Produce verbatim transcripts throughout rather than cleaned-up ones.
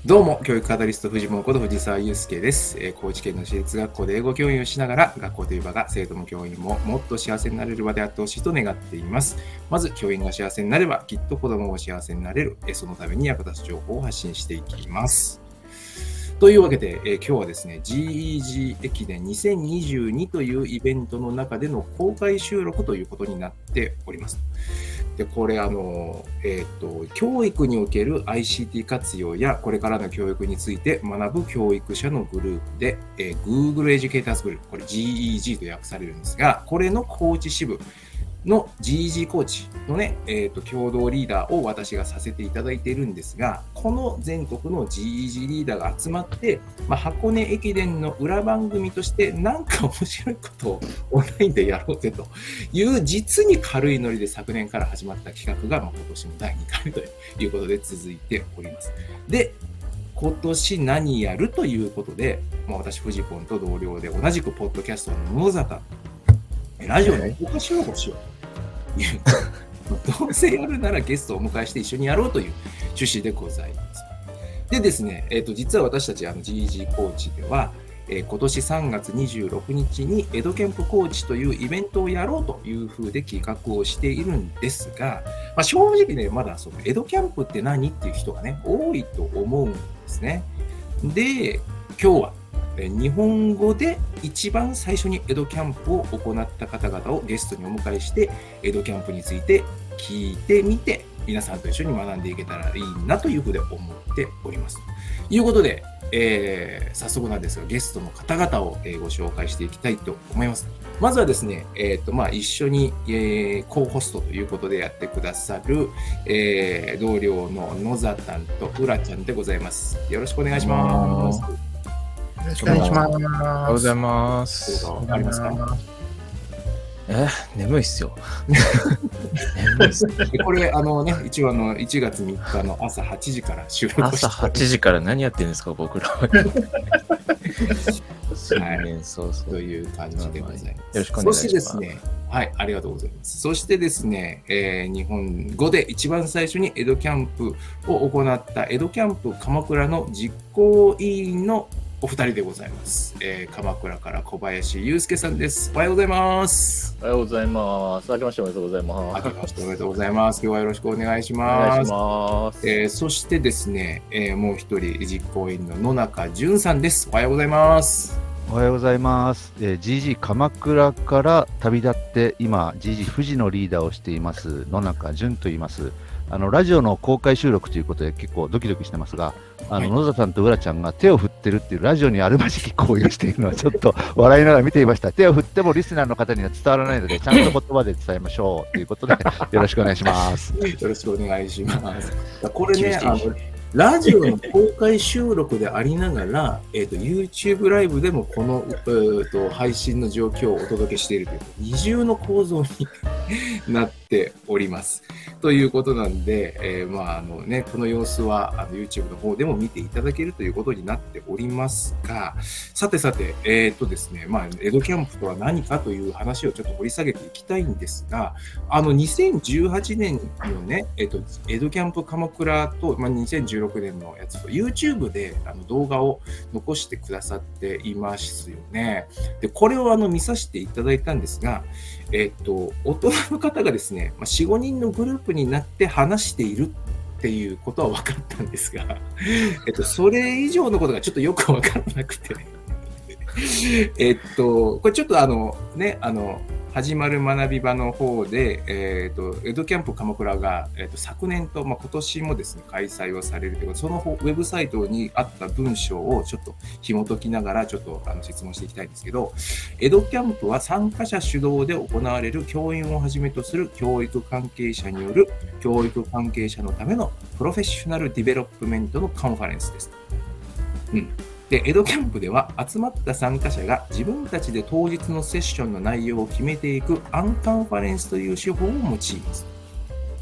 どうも、教育カタリスト藤本こと藤沢祐介です、えー、高知県の私立学校で英語教員をしながら、学校という場が生徒も教員ももっと幸せになれる場であってほしいと願っています。まず、教員が幸せになれば、きっと子供も幸せになれる。えー、そのために役立つ情報を発信していきます。というわけで、えー、今日はですね、ジーイージー 駅伝にせんにじゅうにというイベントの中での公開収録ということになっております。でこれあの、えーと、教育における アイシーティー 活用やこれからの教育について学ぶ教育者のグループで、えー、Google Educators グループ、これ ジーイージー と訳されるんですが、これの高知支部の ジーイージー コーチのね、えーと、共同リーダーを私がさせていただいているんですが、この全国の ジーイージー リーダーが集まって、まあ、箱根駅伝の裏番組としてなんか面白いことをオンラインでやろうぜという実に軽いノリで昨年から始まった企画が、まあ、今年もだいにかいということで続いております。で、今年何やるということで、まあ、私、フジポンと同僚で同じくポッドキャストの野坂、ラジオの公開収録をしようと。どうせやるならゲストをお迎えして一緒にやろうという趣旨でございます。でですね、えー、と実は私たちあの ジーイージー コーチでは、えー、今年さんがつにじゅうろくにちにエドキャンプコーチというイベントをやろうというふうで企画をしているんですが、まあ、正直ね、まだそのエドキャンプって何っていう人がね、多いと思うんですね。で、今日は日本語で一番最初にエドキャンプを行った方々をゲストにお迎えして、エドキャンプについて聞いてみて、皆さんと一緒に学んでいけたらいいなというふうで思っております。ということで、えー、早速なんですが、ゲストの方々を、えー、ご紹介していきたいと思います。まずはですね、えーとまあ、一緒に、えー、コーホストということでやってくださる、えー、同僚の野ざたんとうらちゃんでございます。よろしくお願いします。 よろしくお願いします。おはようございます。 ありますか？ え、眠いっすよ。眠いっす。 これあのね、一応あのいちがつみっかの朝はちじから収録して、 朝はちじから何やってるんですか、僕らは。新年早々 という感じでございます。よろしくお願いします。 そしてですね、はい、ありがとうございます。そしてですね、えー、日本語で一番最初にエドキャンプを行ったエドキャンプ鎌倉の実行委員のお二人でございます、えー、鎌倉から小林祐介さんです。おはようございます。 おはようございます。あけましておめでとうございます。 あけましておめでとうございます。今日はよろしくお願いします。お願いします。えー、そしてですね、えー、もう一人実行委員の野中淳さんです。おはようございます。 おはようございます。えー、ジージー 鎌倉から旅立って今 ジージー 富士のリーダーをしています野中淳と言います。あのラジオの公開収録ということで結構ドキドキしてますが、あの、はい、野田さんと浦ちゃんが手を振ってるっていうラジオにあるまじき行為をしているのはちょっと笑いながら見ていました。手を振ってもリスナーの方には伝わらないのでちゃんと言葉で伝えましょうということでよろしくお願いします。 よろしくお願いします。これね、あのラジオの公開収録でありながら、えーと、YouTube ライブでもこの、えーと、配信の状況をお届けしているという二重の構造になっております。ということなんで、えーまああのね、この様子はあの YouTube の方でも見ていただけるということになっておりますが、さてさて、えーとですね、まあ、エドキャンプとは何かという話をちょっと掘り下げていきたいんですが、あのにせんじゅうはちねんのね、えーと、エドキャンプ鎌倉と、まあ、にせんじゅうろくねんのやつと YouTube であの動画を残してくださっていますよね。で、これをあの見させていただいたんですが、えっと、大人の方がですね、まあ、よん、ごにんのグループになって話しているっていうことは分かったんですが、えっと、それ以上のことがちょっとよく分からなくて、えっと、これちょっとあのね、あの、始まる学び場の方で、えー、とエドキャンプ鎌倉が、えー、と昨年と、まあ、今年もですね開催をされるということで、そのウェブサイトにあった文章をちょっと紐解きながらちょっとあの質問していきたいんですけど、エドキャンプは参加者主導で行われる教員をはじめとする教育関係者による教育関係者のためのプロフェッショナルディベロップメントのカンファレンスです。うんで、エドキャンプでは集まった参加者が自分たちで当日のセッションの内容を決めていくアンカンファレンスという手法を用います。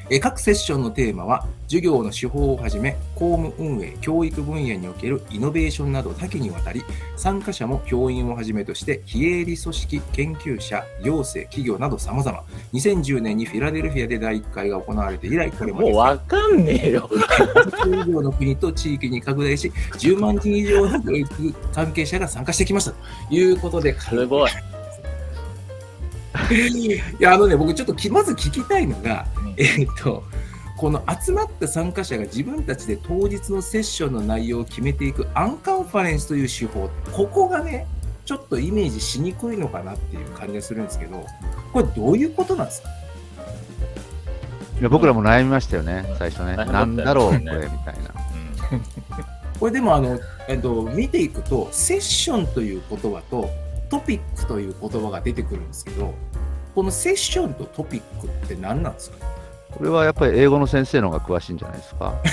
えー各セッションのテーマは、授業の手法をはじめ、公務運営、教育分野におけるイノベーションなど多岐にわたり、参加者も教員をはじめとして、非営利組織、研究者、行政、企業など様々。にせんじゅうねんにフィラデルフィアでだいいっかいが行われて以来、これまでもうわかんねえよ。 じゅう以上の国と地域に拡大し、じゅうまんにん以上の教育関係者が参加してきましたということで、 すごい。 いや、あのね、僕ちょっときまず聞きたいのが、 うんえーっと、この集まった参加者が自分たちで当日のセッションの内容を決めていくアンカンファレンスという手法、ここがね、ちょっとイメージしにくいのかなっていう感じがするんですけど、これどういうことなんですか？ いや僕らも悩みましたよね、最初ね。 悩んだったよねなんだろう、これ、みたいな。 これでもあの、えっと、見ていくと、セッションという言葉とトピックという言葉が出てくるんですけど、このセッションとトピックって何なんですか？ これはやっぱり英語の先生の方が詳しいんじゃないですか。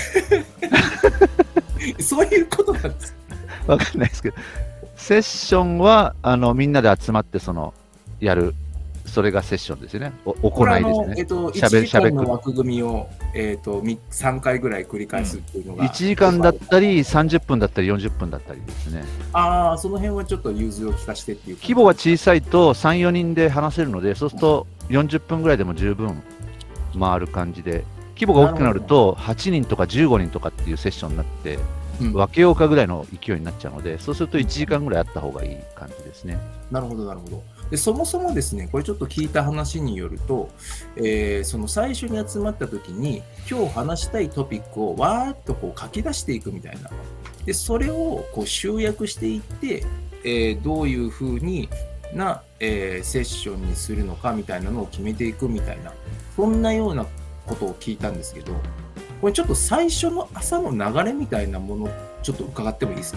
そういうことなんですか？ わかんないですけど、セッションはあのみんなで集まってそのやる、それがセッションですよね。お行これあの、 いですね。 えっと、1 しゃべ時間しゃべくの枠組みを、えっと、みさんかいぐらい繰り返すっていうのが、 いちじかんだったり、さんじゅっぷんだったり、よんじゅっぷんだったりですね。 ああ、その辺はちょっと融通を聞かしてっていう規模が小さいとさん、よにんで話せるので、そうするとよんじゅっぷんぐらいでも十分回る感じで、規模が大きくなるとはちにんとかじゅうごにんとかっていうセッションになって、 うん分けようかぐらいの勢いになっちゃうので、そうするといちじかんぐらいあった方がいい感じですね。 なるほど、なるほど。でそもそもですね、これちょっと聞いた話によると、えーその最初に集まった時に、今日話したいトピックをわーっとこう書き出していくみたいな。で、それをこう集約していって、えーどういうふうにな、えーセッションにするのかみたいなのを決めていくみたいな、そんなようなことを聞いたんですけど、これちょっと最初の朝の流れみたいなもの、ちょっと伺ってもいいですか？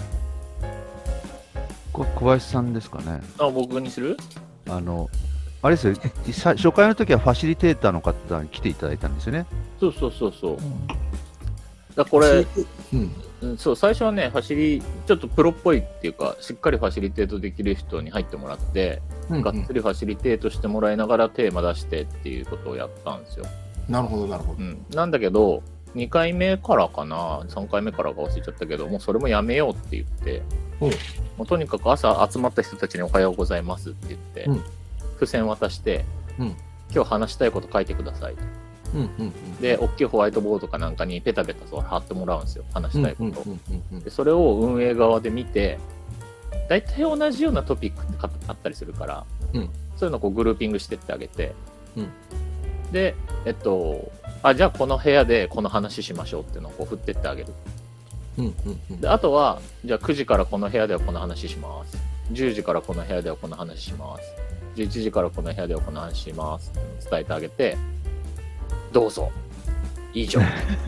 こ小林さんですかね。 あ、僕にする？ あの、あれですよ、さ初回の時はファシリテーターの方に来ていただいたんですよね。 そうそうそうそう。だこれ、 うん、 うんそう、最初はね、ファシリ、ちょっとプロっぽいっていうか、しっかりファシリテートできる人に入ってもらって、 うんうんがっつりファシリテートしてもらいながらテーマ出してっていうことをやったんですよ。 なるほど、なるほど。 うん、なんだけど、にかいめからかな、さんかいめからか忘れちゃったけど、もうそれもやめようって言って、 うんもうとにかく朝集まった人たちにおはようございますって言って、 うん付箋渡して、 うん今日話したいこと書いてくださいと。 うんうんうんで、大きいホワイトボードかなんかにペタペタそう貼ってもらうんですよ、話したいことを。 うんうんうんうんでそれを運営側で見て、大体同じようなトピックってあったりするから、 うんそういうのをこうグルーピングしてってあげて、 うんで、えっと、あ、じゃあこの部屋でこの話しましょうっていうのをこう振ってってあげる。 うんうんうんで、あとは、じゃあくじからこの部屋ではこの話します。じゅうじからこの部屋ではこの話します。じゅういちじからこの部屋ではこの話しますっていうのを伝えてあげて、どうぞ。以上。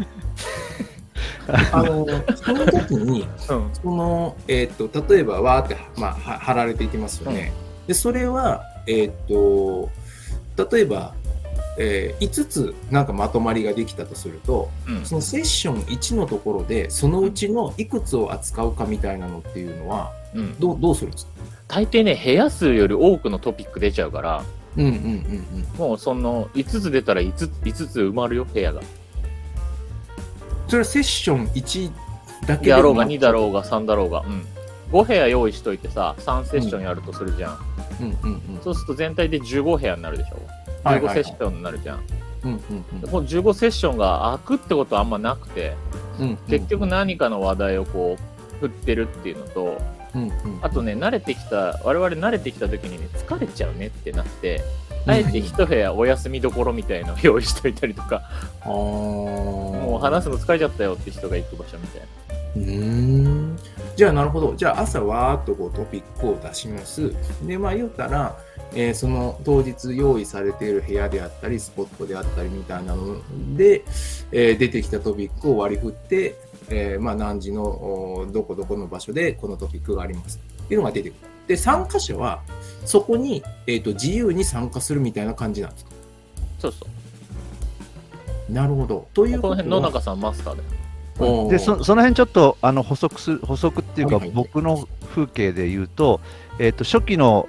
あのその時にうん。 その、えー、と例えばわーって、まあ、は貼られていきますよね。でそれは、えー、と例えば、えーいつつなんかまとまりができたとすると、 うんそのセッションいちのところでそのうちのいくつを扱うかみたいなのっていうのはうん、 どうどうするんですか？ 大抵ね、部屋数より多くのトピック出ちゃうから、 うんうんうんうん。 もうそのいつつ出たら 5, 5つ埋まるよ、部屋が。 それはセッションいちだけでやろうがもにだろうがさんだろうが。うん。ご部屋用意しといてさ、さんセッションやるとするじゃん。 うんうんうん。 そうすると全体でじゅうご部屋になるでしょ。 はいはいはいじゅうごセッションになるじゃん。 うんうんうんこのじゅうごセッションが開くってことはあんまなくて、 うんうん結局何かの話題をこう振ってるっていうのと、 うんうんうんあとね、慣れてきた、我々慣れてきた時にね、疲れちゃうねってなって、あえて一部屋お休みどころみたいなのを用意しといたりとか、 あーもう話すの疲れちゃったよって人が行く場所みたいな。 うーんじゃあなるほど。じゃあ朝わーっとこうトピックを出します。でまあ言ったら、えーその当日用意されている部屋であったりスポットであったりみたいなので、えー出てきたトピックを割り振って、えーまあ何時のおどこどこの場所でこのトピックがありますっていうのが出てくる。で参加者はそこに、えーと自由に参加するみたいな感じなんですか？ そうそう。 なるほど。というこことはの辺野中さんマスターで。 おーでそその辺ちょっとあの補足す補足っていうか、 はいはい僕の風景で言うと、えー、と初期の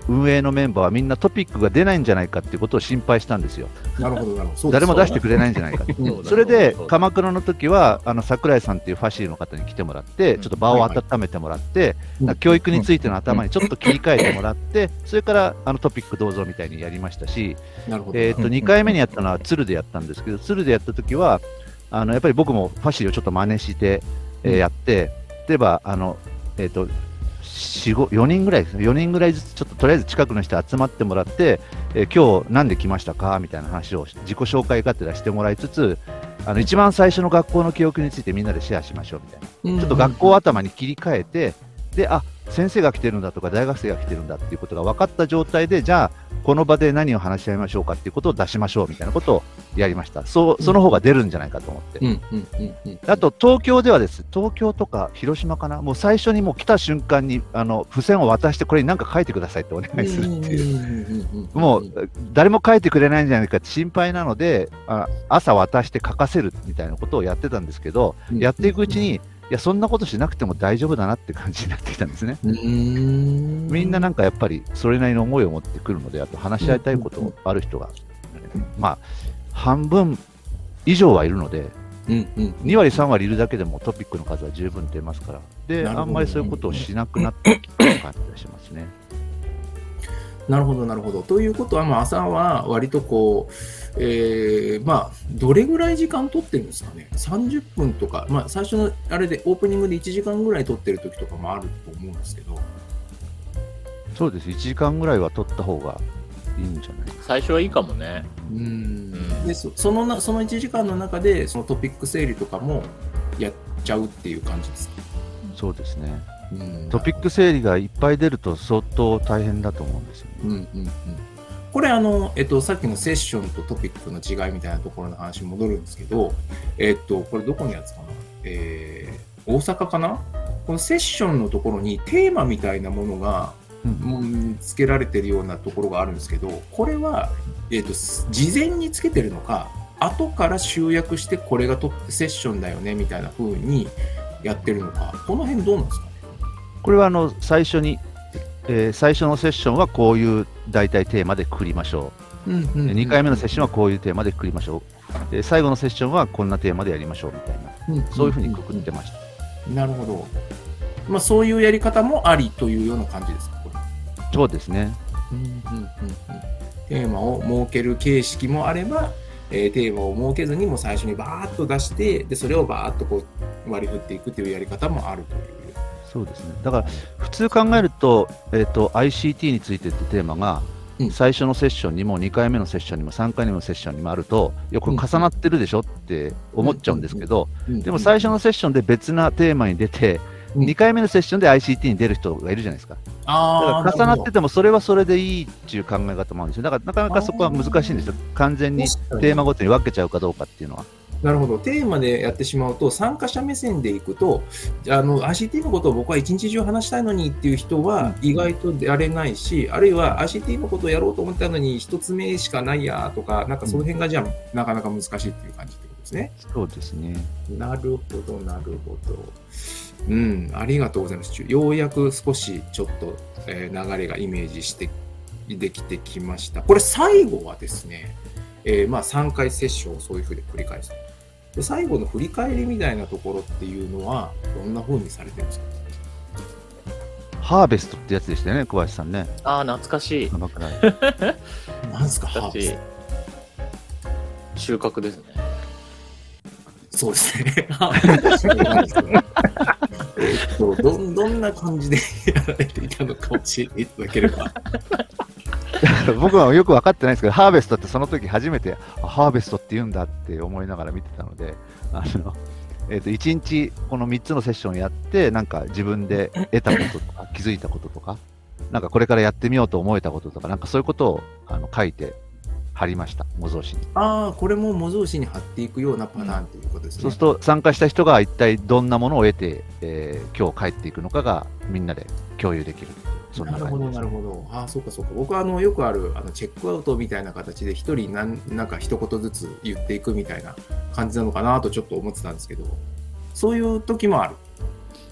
運営のメンバーはみんなトピックが出ないんじゃないかっていうことを心配したんですよ。 なるほどなるほど。 誰も出してくれないんじゃないかって。 うんそれでそう鎌倉の時はあの桜井さんっていうファシリの方に来てもらってちょっと場を温めてもらって、 うん教育についての頭にちょっと切り替えてもらってそれからあのトピックどうぞみたいにやりましたし、 なるほど。 えー、とにかいめにやったのは鶴でやったんですけど、鶴でやった時はあのやっぱり僕もファシリをちょっと真似して、えーうんやって例えばあの、えー、とよにんよにんぐらいですねよにんぐらいずつちょっととりあえず近くの人集まってもらって、えー今日なんで来ましたかみたいな話を自己紹介がてらしてもらいつつあの一番最初の学校の記憶についてみんなでシェアしましょうみたいな、 うんちょっと学校頭に切り替えてであ先生が来てるんだとか大学生が来てるんだっていうことが分かった状態でじゃあこの場で何を話し合いましょうかっていうことを出しましょうみたいなことをやりました。そうその方が出るんじゃないかと思って、 うんうんうんうん。 あと東京ではです東京とか広島かなもう最初にもう来た瞬間にあの付箋を渡してこれに何か書いてくださいってお願いするっていうもう誰も書いてくれないんじゃないかって心配なのであ朝渡して書かせるみたいなことをやってたんですけど、 うんやっていくうちにいやそんなことしなくても大丈夫だなって感じになってきたんですね。 うーんみんななんかやっぱりそれなりの思いを持ってくるのであと話し合いたいことある人が、まあ半分以上はいるのでうんうんに割さん割いるだけでもトピックの数は十分出ますからでなるほどあんまりそういうことをしなくなってきた感じがしますね。 なるほどなるほど。ということは、まあ、朝は割とこう、えー、まあどれぐらい時間取ってるんですかね。さんじゅっぷんとか、まあ、最初のあれでオープニングでいちじかんぐらい取ってる時とかもあると思うんですけど。 そうですいちじかんぐらいは取った方がいいんじゃない最初はいいかもね。 うーんうんでそそのなそのいちじかんの中でそのトピック整理とかもやっちゃうっていう感じですか。 そうですねうんトピック整理がいっぱい出ると相当大変だと思うんですよね。 うんうんうん、これあの、えっと、さっきのセッションとトピックの違いみたいなところの話に戻るんですけど、えっと、これどこのやつかな、えー、大阪かなこのセッションのところにテーマみたいなものが、 うんうん、つけられてるようなところがあるんですけど、これは、えっと、事前につけてるのか後から集約してこれがとセッションだよねみたいな風にやってるのか、この辺どうなんですかね。 これはあの最初に、えー最初のセッションはこういう大体テーマでくくりましょうんうんう、 うんにかいめのセッションはこういうテーマでくくりましょう、えー最後のセッションはこんなテーマでやりましょうみたいな、 うんそういうふうにくくってました。 なるほど。まあそういうやり方もありというような感じですか、これ。 そうですね。 うんうんうんうんテーマを設ける形式もあれば、えーテーマを設けずにもう最初にバーッと出してでそれをバーッとこう割り振っていくというやり方もあるという。 そうですね。だから普通考えると、えっ、と アイシーティー についてってテーマが、 うん最初のセッションにもにかいめのセッションにもさんかいめのセッションにもあると、いやこれ重なってるでしょって思っちゃうんですけど、でも最初のセッションで別なテーマに出て、 うんにかいめのセッションで アイシーティー に出る人がいるじゃないですか。だあから重なっててもそれはそれでいいっていう考え方もあるんですよ。だからなかなかそこは難しいんですよ。完全にテーマごとに分けちゃうかどうかっていうのは。 なるほど。テーマでやってしまうと参加者目線でいくとあの アイシーティー のことを僕は一日中話したいのにっていう人は意外とやれないし、あるいは アイシーティー のことをやろうと思ったのに一つ目しかないやとかなんかその辺がじゃあなかなか難しいっていう感じってことですね。 そうですね。 なるほど、なるほど。うん、ありがとうございます。ようやく少しちょっと、えー流れがイメージしてできてきました。これ最後はですね、えーまあさんかいセッションをそういうふうに繰り返す。で最後の振り返りみたいなところっていうのはどんな風にされてるんですか。 ハーベストってやつでしたよね、小林さんね。 ああ、懐かしい。 鎌倉なんですか、ハーだしブス、 収穫ですね。 そうですね。ハーブスなんですけどえっとどんどんな感じでやられていたのか教えていただければ。 僕はよく分かってないですけど、ハーベストってその時初めて、あハーベストって言うんだって思いながら見てたので、あのえー、といちにちこのみっつのセッションやって、なんか自分で得たこととか、気づいたこととか、なんかこれからやってみようと思えたこととか、なんかそういうことをあの書いて貼りました、模造紙に。 ああ、これも模造紙に貼っていくようなパターンということですね。 そうすると、参加した人が一体どんなものを得て、えー今日帰っていくのかがみんなで共有できる。そんななるほど、 感じですなるほど。ああ、そうか、そうか。僕はあのよくあるあのチェックアウトみたいな形で一人なんなんか一言ずつ言っていくみたいな感じなのかなとちょっと思ってたんですけど、そういう時もある。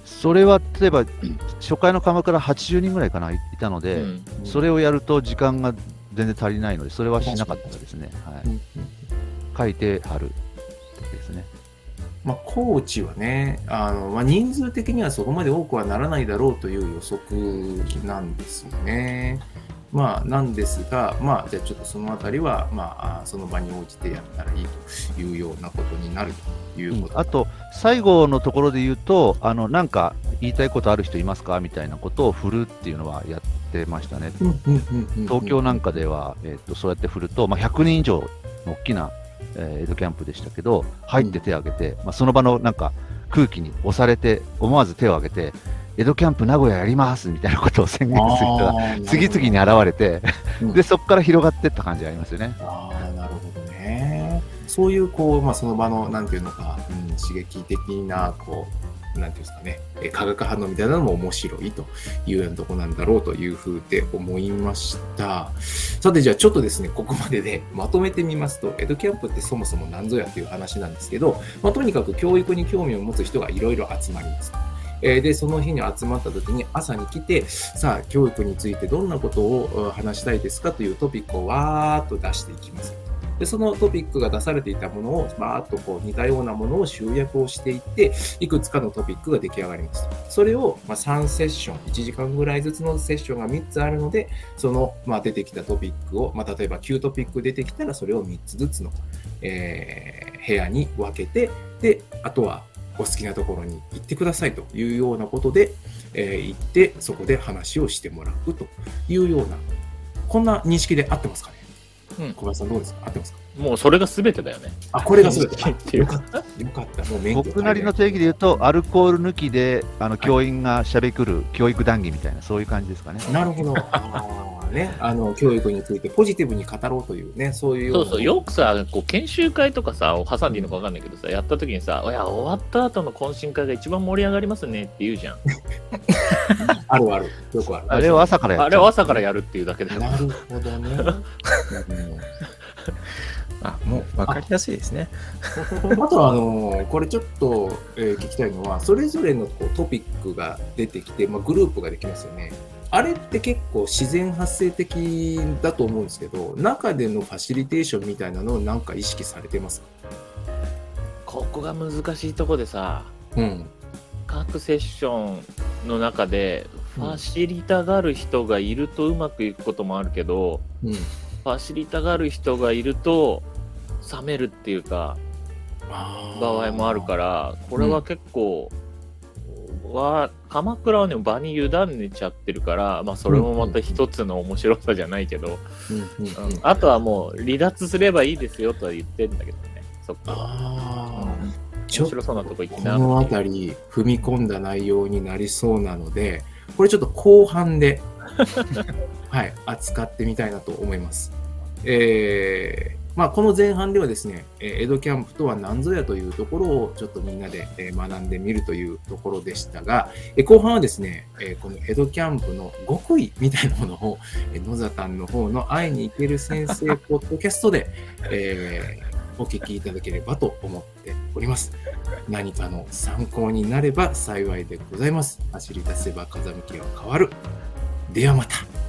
それは例えば初回の鎌倉はちじゅうにんぐらいかないいたので、 うんそれをやると時間が全然足りないので、それはしなかったですね。はい、 うんうん書いて貼るですね。 まあ、コーチはね、あのまあ、人数的にはそこまで多くはならないだろうという予測なんですよね。まあ、なんですが、まあ、じゃあちょっとそのあたりは、まあ、その場に応じてやったらいいというようなことになるということ、 あと、最後のところで言うと、あのなんか言いたいことある人いますかみたいなことを振るっていうのはやってましたね。 うんうんうんうんうん、 東京なんかでは、えー、とそうやって振ると、まあ、ひゃくにん以上の大きな、えー江戸キャンプでしたけど、入って手を挙げて、まあ、その場のなんか空気に押されて、思わず手を挙げて、江戸キャンプ名古屋やりますみたいなことを宣言する人が次々に現れて、 うんでそこから広がっていった感じがありますよね。 ああ、なるほどね。そういうこう、まあ、その場のなんていうのか、うん、刺激的なこうなんていうんですかね、え化学反応みたいなのも面白いというようなとこなんだろうというふうで思いました。さてじゃあちょっとですね、ここまででまとめてみますと、江戸キャンプってそもそも何ぞやという話なんですけど、まあ、とにかく教育に興味を持つ人がいろいろ集まります。えーで、その日に集まった時に朝に来て、さあ、教育についてどんなことをuh, 話したいですかというトピックをわーっと出していきます。で、そのトピックが出されていたものを、バーっとこう似たようなものを集約をしていって、いくつかのトピックが出来上がります。それを、まあ、さんセッション、いちじかんぐらいずつのセッションがみっつあるので、その、まあ、出てきたトピックを、まあ、例えばきゅうトピック出てきたら、それをみっつずつの、えー部屋に分けて、で、あとは、お好きなところに行ってくださいというようなことで、えー行ってそこで話をしてもらうというような、こんな認識で合ってますかね。 うん、 小林さんどうですか。合ってますか。 もうそれが全てだよね。 あ、これが全て。 っていうよかった。よかった。もう免許僕なりの定義で言うと、アルコール抜きであの教員がしゃべくる教育談義みたいな、そういう感じですかね。 なるほど。あーね、あの教育についてポジティブに語ろうというね、そういうような。 そうそう、よくさ、こう研修会とかさ、挟んでいいのか分かんないけどさ、やった時にさ、いや、終わった後の懇親会が一番盛り上がりますねって言うじゃん。 あるある。よくある。 あれを朝からやっちゃうあれを朝からやるっていうだけだよ。 なるほどね。うんあ、もう分かりやすいですね。 あとはあのこれちょっと、えー聞きたいのは、それぞれのこうトピックが出てきて、まあ、グループができますよね。あれって結構自然発生的だと思うんですけど、中でのファシリテーションみたいなのをなんか意識されてますか。 ここが難しいとこでさ、 うん。 各セッションの中でファシリたがる人がいるとうまくいくこともあるけど、 うん。 ファシリたがる人がいると冷めるっていうか場合もあるからら、これは結構、は鎌倉はね場に委ねちゃってるから、まあそれもまた一つの面白さじゃないけど、 うんうんうんうんあとはもう離脱すればいいですよとは言ってるんだけどね、そこは。 あーうんちょっと面白そうなとこ行きこなのあたり踏み込んだ内容になりそうなので、これちょっと後半で、はい、扱ってみたいなと思います。えーまあ、この前半ではですね、えー江戸キャンプとは何ぞやというところをちょっとみんなで、えー学んでみるというところでしたが、えー後半はですね、えーこの江戸キャンプの極意みたいなものを、えー野ざたんの方の会いに行ける先生ポッドキャストで、えーお聞きいただければと思っております。何かの参考になれば幸いでございます。走り出せば風向きは変わる。ではまた。